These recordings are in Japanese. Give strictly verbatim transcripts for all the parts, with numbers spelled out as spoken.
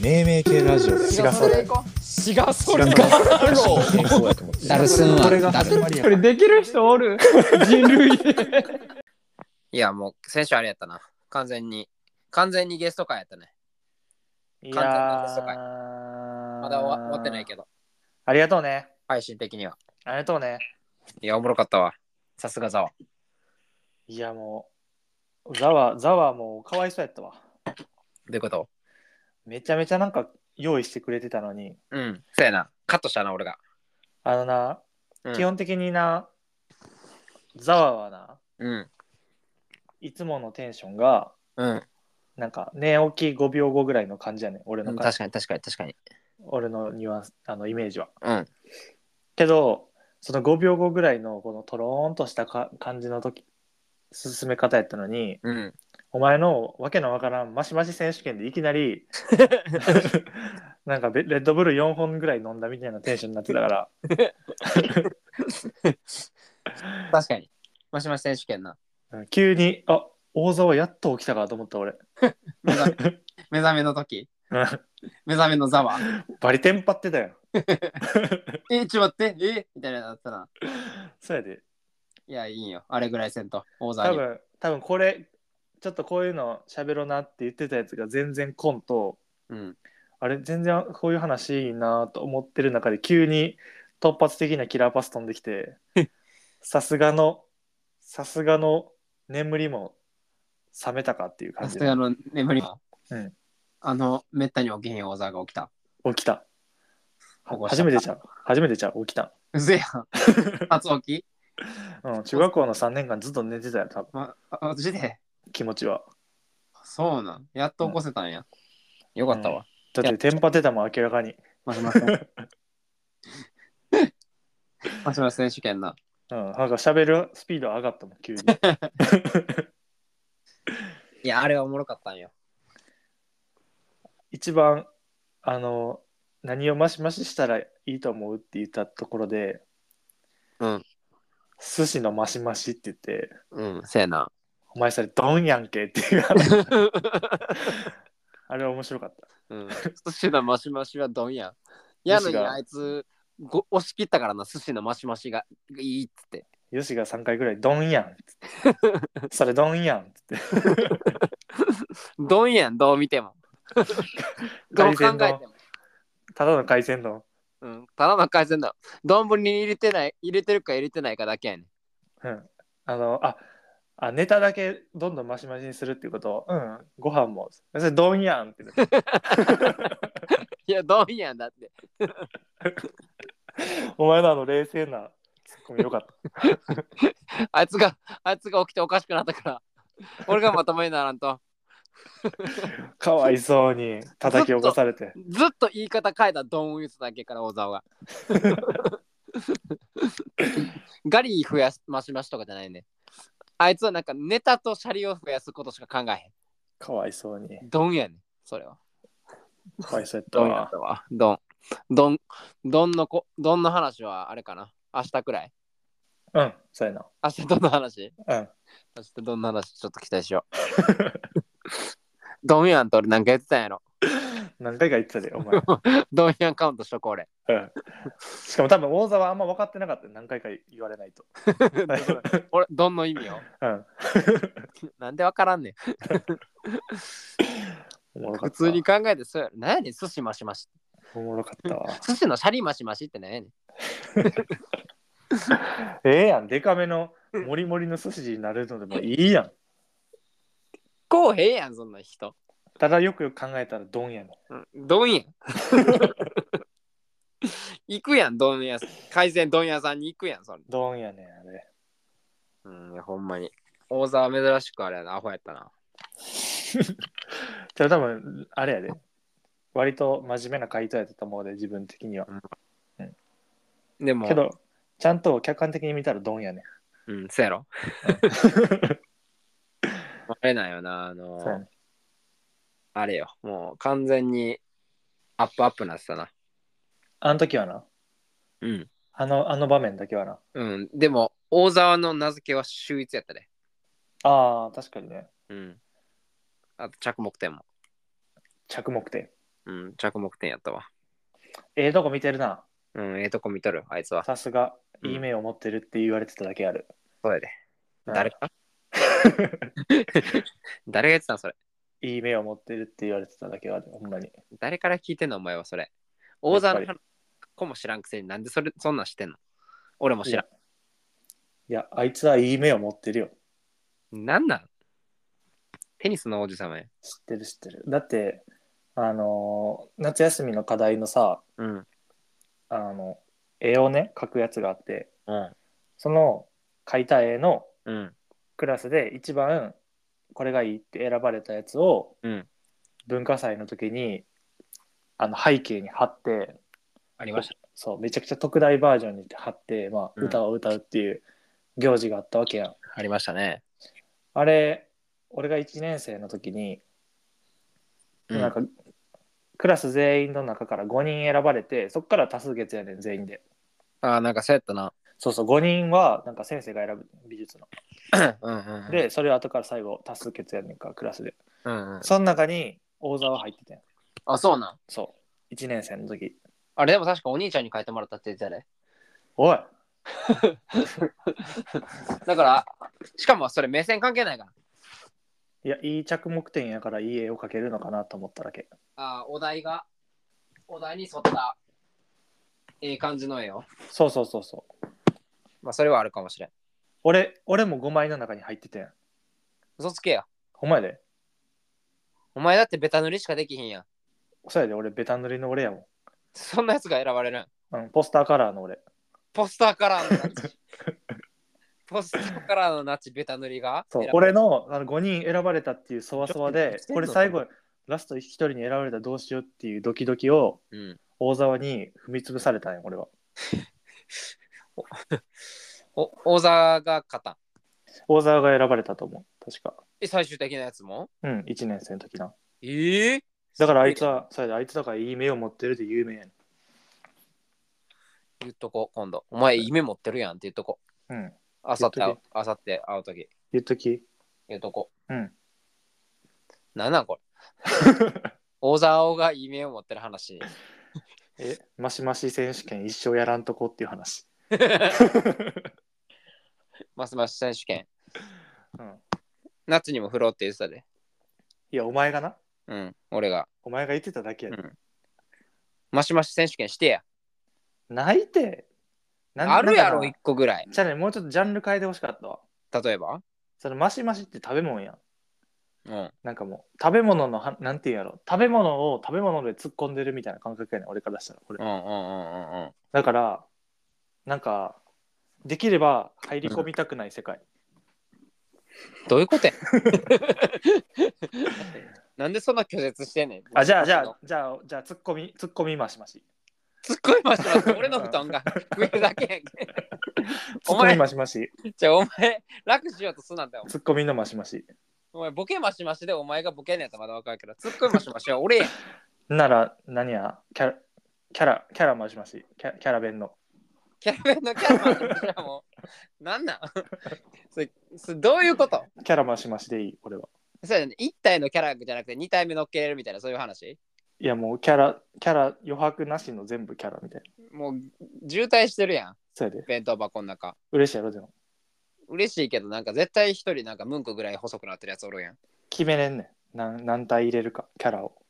命名系ラジオで違うそれ行こう違うそれ行こう健康やと思ってダルスンはこれが始まりやこれできる人おる人類でいやもう先週あれやったな。完全に完全にゲスト会やったね。 いや完全なゲスト会ーまだ終わ終わってないけどありがとうね。 配信的には。 ありがとうね。 いやおもろかったわ。さすがざわ。 いやもうザワザワもうかわいそうやったわ。 どういうこと？ めちゃめちゃなんか用意してくれてたのに、 うんそうやな。カットしたな俺が。 あのな、 うん、 基本的になザワはな、 うんいつものテンションがうんなんか寝起きごびょうごぐらいの感じやねん、俺の感じ、 確かに確かに確かに。 俺のニュアンス、あのイメージは。 うんけどそのごびょうごぐらいのこのトローンとしたか感じの時進め方やったのに、 うんお前のわけのわからんマシマシ選手権でいきなりなんかベレッドブルよんほんぐらい飲んだみたいなテンションになってたから確かに。もしもし選手権な。 急にあ大沢やっと起きたかと思った俺目覚め目覚めの時目覚めのざわ。 バリテンパってたよえちょっと待ってえみたいなのったな。 そうやで。 いやいいよあれぐらいせんと大沢に。 多分多分これちょっとこういうの喋ろうなって言ってたやつが全然コンと、 うん。 あれ全然こういう話いいなと思ってる中で急に突発的なキラーパス飛んできてさすがのさすがの眠りも覚めたかっていう感じでさすがの眠りも。 うんあのめったに起きへん大沢が起きた。 起きた。 起こした初めてちゃう初めてちゃう起きた。 うぜやん。初起きうん、中学校のさんねんかんずっと寝てたよ多分ま、あ、マジで気持ちは。 そうなん。やっと起こせたんや。よかったわ。 だってテンパってたもん明らかに。 マシマシ。マシマシ選手権な。 うん、なんか喋るスピード上がったもん急に。 いや、あれはおもろかったんよ。 一番あの何をマシマシしたらいいと思うって言ったところで、 うん。 寿司のマシマシって言って、 うん、せやな。 お前それドンやんけっていうあれは面白かった。 うん。寿司のマシマシはどんやん。やのにあいつご押し切ったからな、寿司のマシマシがいいっつって。 ヨシがさんかいぐらいドンやんっつってそれドンやんっつってどんやん、どう見ても。どう考えても。 ただの海鮮丼。 うん、ただの海鮮だ。丼に入れてない、入れてるか入れてないかだけやねん。 うん。あの、あ、あネタだけどんどんマシマシにするっていうことを、うん、ご飯も、それドンやんっていや、どんやんだって。 お前のあの冷静なツッコミよかった。 あいつが、あいつが起きておかしくなったから、俺がまともにならんと。 かわいそうに叩き起こされて。 ずっと言い方変えたドンウィスだけから大沢が。ガリ増やすマシマシとかじゃないね。あいつはなんかネタとシャリを増やすことしか考えへん。 かわいそうに。 ドンやねん、それは。 かわいそうやったドンやわったわ。ドン。ドン、ドンの子、ドンの話はあれかな。明日くらい。 うん、そうやな。 明日どんな話？ うん。 明日どんな話ちょっと期待しよう。ドンやんと俺何回言ってたんやろ。 何回か言ってたで、お前。 ドンやんカウントしとこう俺。 うん。しかも多分大沢あんま分かってなかったよ。何回か言われないと。 俺、ドンの意味を。 うん。 なんでわからんねん。 おもろかった。 普通に考えてそうやろ。何やねん、寿司マシマシ。 おもろかったわ。 寿司のシャリマシマシって何やねん。 ええやん、デカめのモリモリの寿司になるのでもいいやん。 こうへんやん、そんな人。 ただよくよく考えたらドンやねん。 うん、ドンやん。行くやん、ドン屋さん。海鮮ドン屋さんに行くやん、それ。 ドンやねん、あれ。 うん、ほんまに。大沢珍しくあれやな、アホやったな。 じゃあ多分、あれやで。割と真面目な回答やったと思うで、自分的には。 うんうん、でも、 けど、ちゃんと客観的に見たらドンやねん。 うん、そうやろ。あれなんよな、あのー、 そうやねん。 あれよ、もう完全にアップアップなってたな。 あの時はな。 うん。 あの、あの場面だけはな。 うん。でも、大沢の名付けは秀逸やったで。 ああ、確かにね。 うん。あと着目点も。 着目点。 うん、着目点やったわ。 ええとこ見てるな。 うん、ええとこ見とる、あいつは。 さすが、 うんいい目を持ってるって言われてただけある。 そうやで。 うん誰か誰が言ってたんそれ。 いい目を持ってるって言われてただけある、ほんまに。 誰から聞いてんのお前はそれ。大沢の子も知らんくせになんでそれそんなん知ってんの。俺も知らん。 いや、あいつはいい目を持ってるよ。 なんなんテニスの王子様や。 知ってる知ってる。だって、あのー夏休みの課題のさ、 うん。 あの、絵をね、描くやつがあって、 うん。 その描いた絵のうん。 クラスで一番これがいいって選ばれたやつをうん。 文化祭の時にあの背景に貼って、 ありました。 そう、めちゃくちゃ特大バージョンに貼って、まあ、 うん歌を歌うっていう行事があったわけやん。 ありましたね。 あれ、俺がいちねん生の時に、 うん。 なんかクラス全員の中からごにん選ばれて、そっから多数決やねん、全員で。 ああ、なんかそうやったな。 そうそう、ごにんはなんか先生が選ぶ美術の。 うんうんうん。 で、それを後から最後多数決やねんか、クラスで。 うんうん。 その中に大沢入っててん。 あ、そうなん。 そう、いちねん生の時。 あれでも確かお兄ちゃんに書いてもらったって言ってたね。 おいだから、しかもそれ目線関係ないから。 いや、いい着目点やからいい絵を描けるのかなと思っただけ。 ああ、お題が、お題に沿ったええ感じの絵を。 そうそうそうそう。 まあそれはあるかもしれん。 俺、俺もごまいの中に入っててん。 嘘つけよ。 ほんまやで。 お前だってベタ塗りしかできひんやん。 そうやで、俺ベタ塗りの俺やもん。 そんなやつが選ばれるん。 うん、ポスターカラーの俺。 ポスターカラーのナッチ。ポスターカラーのナッチベタ塗りがそう、 選ばれる俺のあのごにん選ばれたっていうそわそわで、 ちょっとこれ最後、ラストひとりに選ばれたらどうしようっていうドキドキをうん。 大沢に踏み潰されたんや、俺は。 お大沢が勝ったん。 大沢が選ばれたと思う、確か。 え、最終的なやつもうん、いちねん生の時な。 ええだからあいつは、そうやで、あいつだからいい目を持ってるで有名やねん。 言っとこ今度。お前夢持ってるやんって言っとこ。 うん、 あさって会う言っと、 あさって会うとき。 言っとき。 言っとこ。 うん。 なんなんこれ。大沢が夢を持ってる話。 え、マシマシ選手権一生やらんとこっていう話。 ますます選手権。 うん。 夏にも振ろうって言ってたで。 いや、お前がな。 うん、俺が。 お前が言ってただけやで。 うんマシマシ選手権してや。 泣いて。なんあるやろ、 なんか一個ぐらい。 じゃあね、もうちょっとジャンル変えてほしかったわ。 例えばそのマシマシって食べ物やん。 うん。 なんかもう食べ物のはなんていうんやろ、食べ物を食べ物で突っ込んでるみたいな感覚やねん、俺からしたらこれ。 うんうんうんうんうん。 だからなんかできれば入り込みたくない世界。 どういうことやなんでそんな拒絶してんねん。 あ、じゃあじゃあじゃあじゃあ突っ込み突っ込みマシマシ。 突っ込みました。俺の布団が増えるだけやんけ。 突っ込みマシマシ。 じゃあお前楽しようとすんなんだよ。 突っ込みのマシマシ。 お前ボケマシマシでお前がボケんのやったらまだ分かるけど、突っ込みマシマシは俺やん。 なら何やキャラキャラキャラマシマシキャキャラ弁の。 キャラ弁のキャラマシマシはもうなんなんそれそれどういうことキャラマシマシでいい俺は。 そうやね。一体のキャラじゃなくて二体目乗っけれるみたいなそういう話。 いやもうキャラキャラ余白なしの全部キャラみたいな。 もう渋滞してるやん。 そうやで。 弁当箱の中。 嬉しいやろでも。 嬉しいけどなんか絶対一人なんかムンコぐらい細くなってるやつおるやん。 決めれんねん。何何体入れるかキャラを。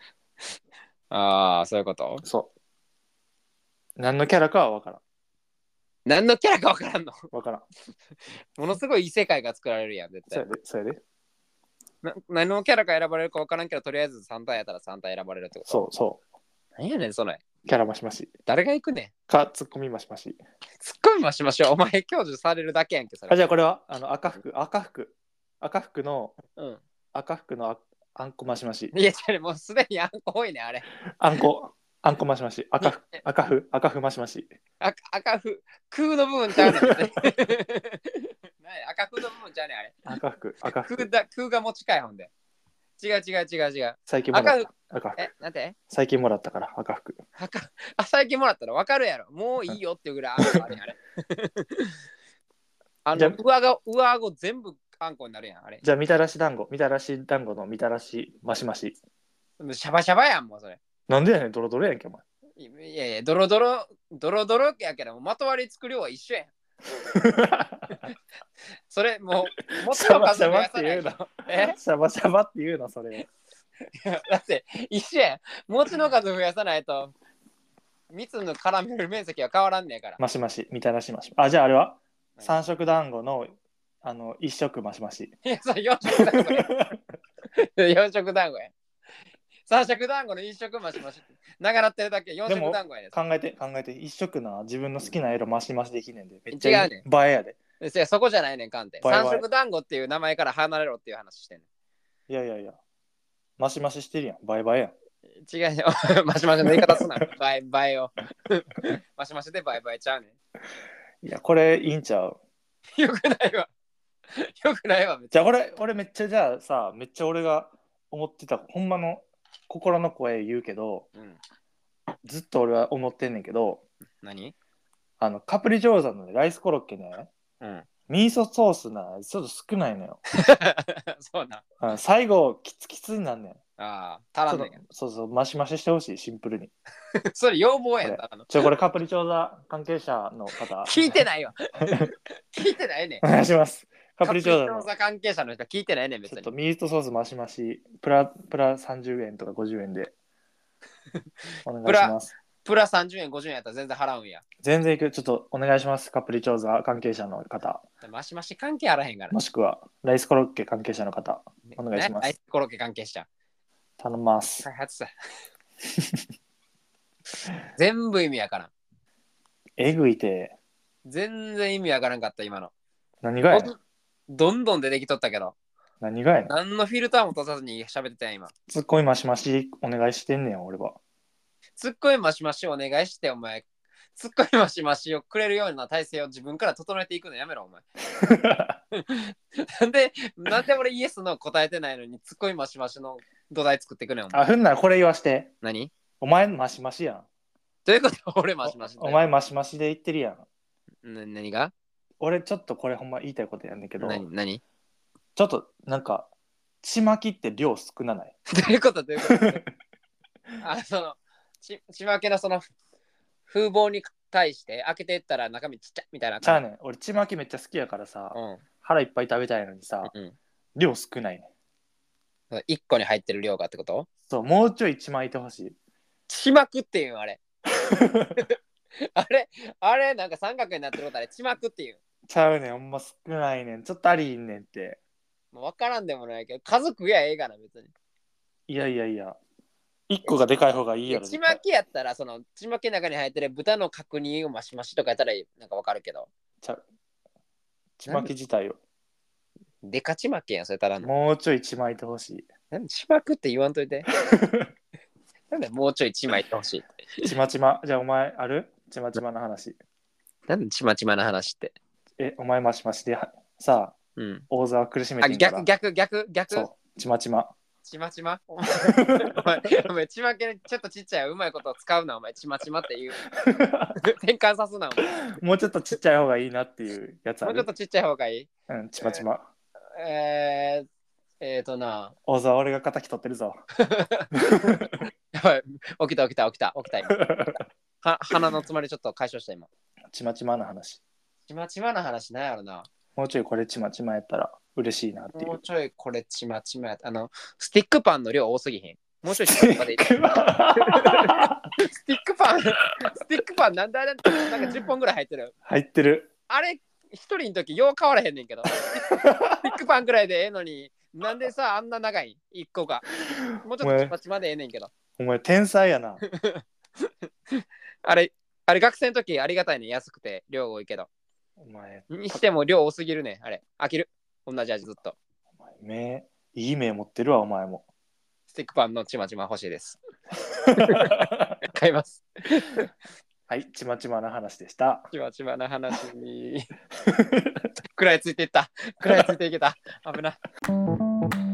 ああ、そういうこと。 そう何のキャラかは分からん。 何のキャラか分からんの。 分からん。 ものすごいいい世界が作られるやん絶対そうや。でそうやで。 な何のキャラか選ばれるか分からんけどとりあえずさん体やったらさん体選ばれるってこと。 そうそう何やねんそれ。 キャラマシマシ誰が行くねん。 かツッコミマシマシ。 ツッコミましましょう。お前享受されるだけやんけそれ。 あじゃあこれはあの赤服赤服赤服のうん。 赤服のああんこマシマシ。 いや違うもうすでにあんこ多いねあれ。 あんこあんこマシマシ赤服赤服赤服マシマシ。 赤赤ふ空の部分ちゃうねん。何赤空の部分ちゃうねんあれ。 赤服赤空服だ空が持ちかいほんで。違う違う違う違う。 最近もらっ赤た赤服えなんて最近もらったから赤服。 赤あ最近もらったら分かるやろ。もういいよっていうぐらいあんこあれあれ。あじゃの上顎上顎全部あんこになるやんあれ。 じゃあみたらし団子みたらし団子のみたらしマシマシ。 シャバシャバやんもうそれ。 なんでやねん、ドロドロやんけ、お前。 いやいや、ドロドロ、ドロドロやけど、まとわりつく量は一緒やん。それもう、もっと数増やさないと。えシャバシャバって言うな、それ。 だって一緒やん。餅の数増やさないと、蜜の絡める面積は変わらんねえから。 マシマシ、みたいなしまし。あ、じゃああれは三色団子のあの一色マシマシ。 いや、それ四色団子や。四色団子や。三色団子の一色マシマシ。長なってるだけ四色団子やね。 考えて考えて一色な自分の好きな色マシマシできねんで。めっちゃ違うね映えやで。 いやそこじゃないねんかんて。 バイバイ三色団子っていう名前から離れろっていう話してんねいやいやいや。マシマシしてるやん。バイバイやん。 ん。違うよ。マシマシの言い方すな。バイバイを。マシマシでバイバイちゃうねん。 いや、これいいんちゃう。 よくないわ。よくないわ。 じゃあ俺、俺めっちゃじゃあさ、めっちゃ俺が思ってた、ほんまの心の声言うけど、 うん、 ずっと俺は思ってんねんけど、 何あの、カプリチョーザの、ね、ライスコロッケね、 うん。 ミーソソースな、ちょっと少ないのよ。 そうな。 うん最後、キツキツになんねん。 ああ、足らんねんや。 そうそう、マシマシしてほしい、シンプルに。 それ要望やん。 ちょ、これカプリチョーザ関係者の方。 聞いてないわ。聞いてないねん。 お願いします。カプリチョーザのカプリチョーザ関係者の人聞いてないねん、別に。 ちょっとミートソースマシマシ、プラ、プラさんじゅうえんとかごじゅうえんで。お願いします。 プラさんじゅうえん、ごじゅうえんやったら全然払うんや。 全然いく。ちょっとお願いします。カプリチョーザ関係者の方。 マシマシ関係あらへんから。 もしくは、ライスコロッケ関係者の方。お願いします。 ライスコロッケ関係者。 頼みます。 開発者。全部意味わからん。 えぐいて。 全然意味わからんかった、今の。 何がやねん。 どんどん出てきとったけど。 何がやねん。 何のフィルターも通さずに喋ってたやん、今。 ツッコミマシマシお願いしてんねん、俺は。 ツッコミマシマシお願いして、お前。ツッコミマシマシをくれるような体制を自分から整えていくのやめろ、お前。なんで、なんで俺イエスの答えてないのに、ツッコミマシマシの土台作ってくれん、お前。 あ、ふんならこれ言わして。 何お前マシマシやん。 どういうこと俺マシマシお。お前マシマシで言ってるやん。 な何が俺ちょっとこれほんま言いたいことやんねんけど、 何何ちょっとなんか、ちまきって量少なない。 どういうことどういうことあ、その、ち、ちまけのその、風貌に対して開けていったら中身ちっちゃいみたいな。 じゃあね、俺ちまきめっちゃ好きやからさ、 うん。 腹いっぱい食べたいのにさ、 うん。 量少ないね。 いっこに入ってる量がってことそう、もうちょいちまいてほしい。 ちまくっていうのあれ。あれあれなんか三角になってることあれちまくっていう。 ちゃうねん、ほんま少ないねん。ちょっとありんねんって。 もう分からんでもないけど、家族やええがな、別に。 いやいやいや、いっこがでかい方がいいやろ。 ちまきやったら、その、ちまきの中に入ってる豚の角煮をマシマシとかやったらなんか分かるけど。 ちゃう。ちまき自体を。 でかちまきやん、それただの。 もうちょいちまいてほしい。 なんでちまくって言わんといて。なんでもうちょいちまいてほしい。 ちまちま。じゃあお前あるちまちまの話。 なんでちまちまの話って。 え、お前マシマシでさ、 うん。 大沢苦しめあ、 てんから。 逆逆逆逆。 そう、ちまちま。 ちまちまお前、お前ちまけちょっとちっちゃいうまいことを使うな、お前。ちまちまっていう。転換さすな、お前。 もうちょっとちっちゃい方がいいなっていうやつある。 もうちょっとちっちゃい方がいいうん、ちまちま。 えー、えーとな。 大沢俺が敵取ってるぞ。 やばい、起きた起きた起きた起きた今。は鼻の詰まりちょっと解消した今。 ちまちまの話。 ちまちまの話なんやろな。 もうちょいこれちまちまやったら嬉しいなっていう。 もうちょいこれちまちまやった。あの、スティックパンの量多すぎへん。もうちょいちまちまでいい。スティックパン、スティックパンなんであれなんかじゅっぽんぐらい入ってる。 入ってる。 あれ、一人の時よう変わらへんねんけど。スティックパンぐらいでええのに、なんでさ、あんな長い一個が。もうちょっとちまちまでええねんけど。 お前天才やな。 あれ、あれ学生の時ありがたいね、安くて量多いけど。 お前、 にしても量多すぎるね、あれ。飽きる。同じ味ずっと。 お前目、いい目持ってるわ、お前も。 スティックパンのちまちま欲しいです。買います。 はい、ちまちまな話でした。 ちまちまな話に。食らいついていった。食らいついていけた。危な。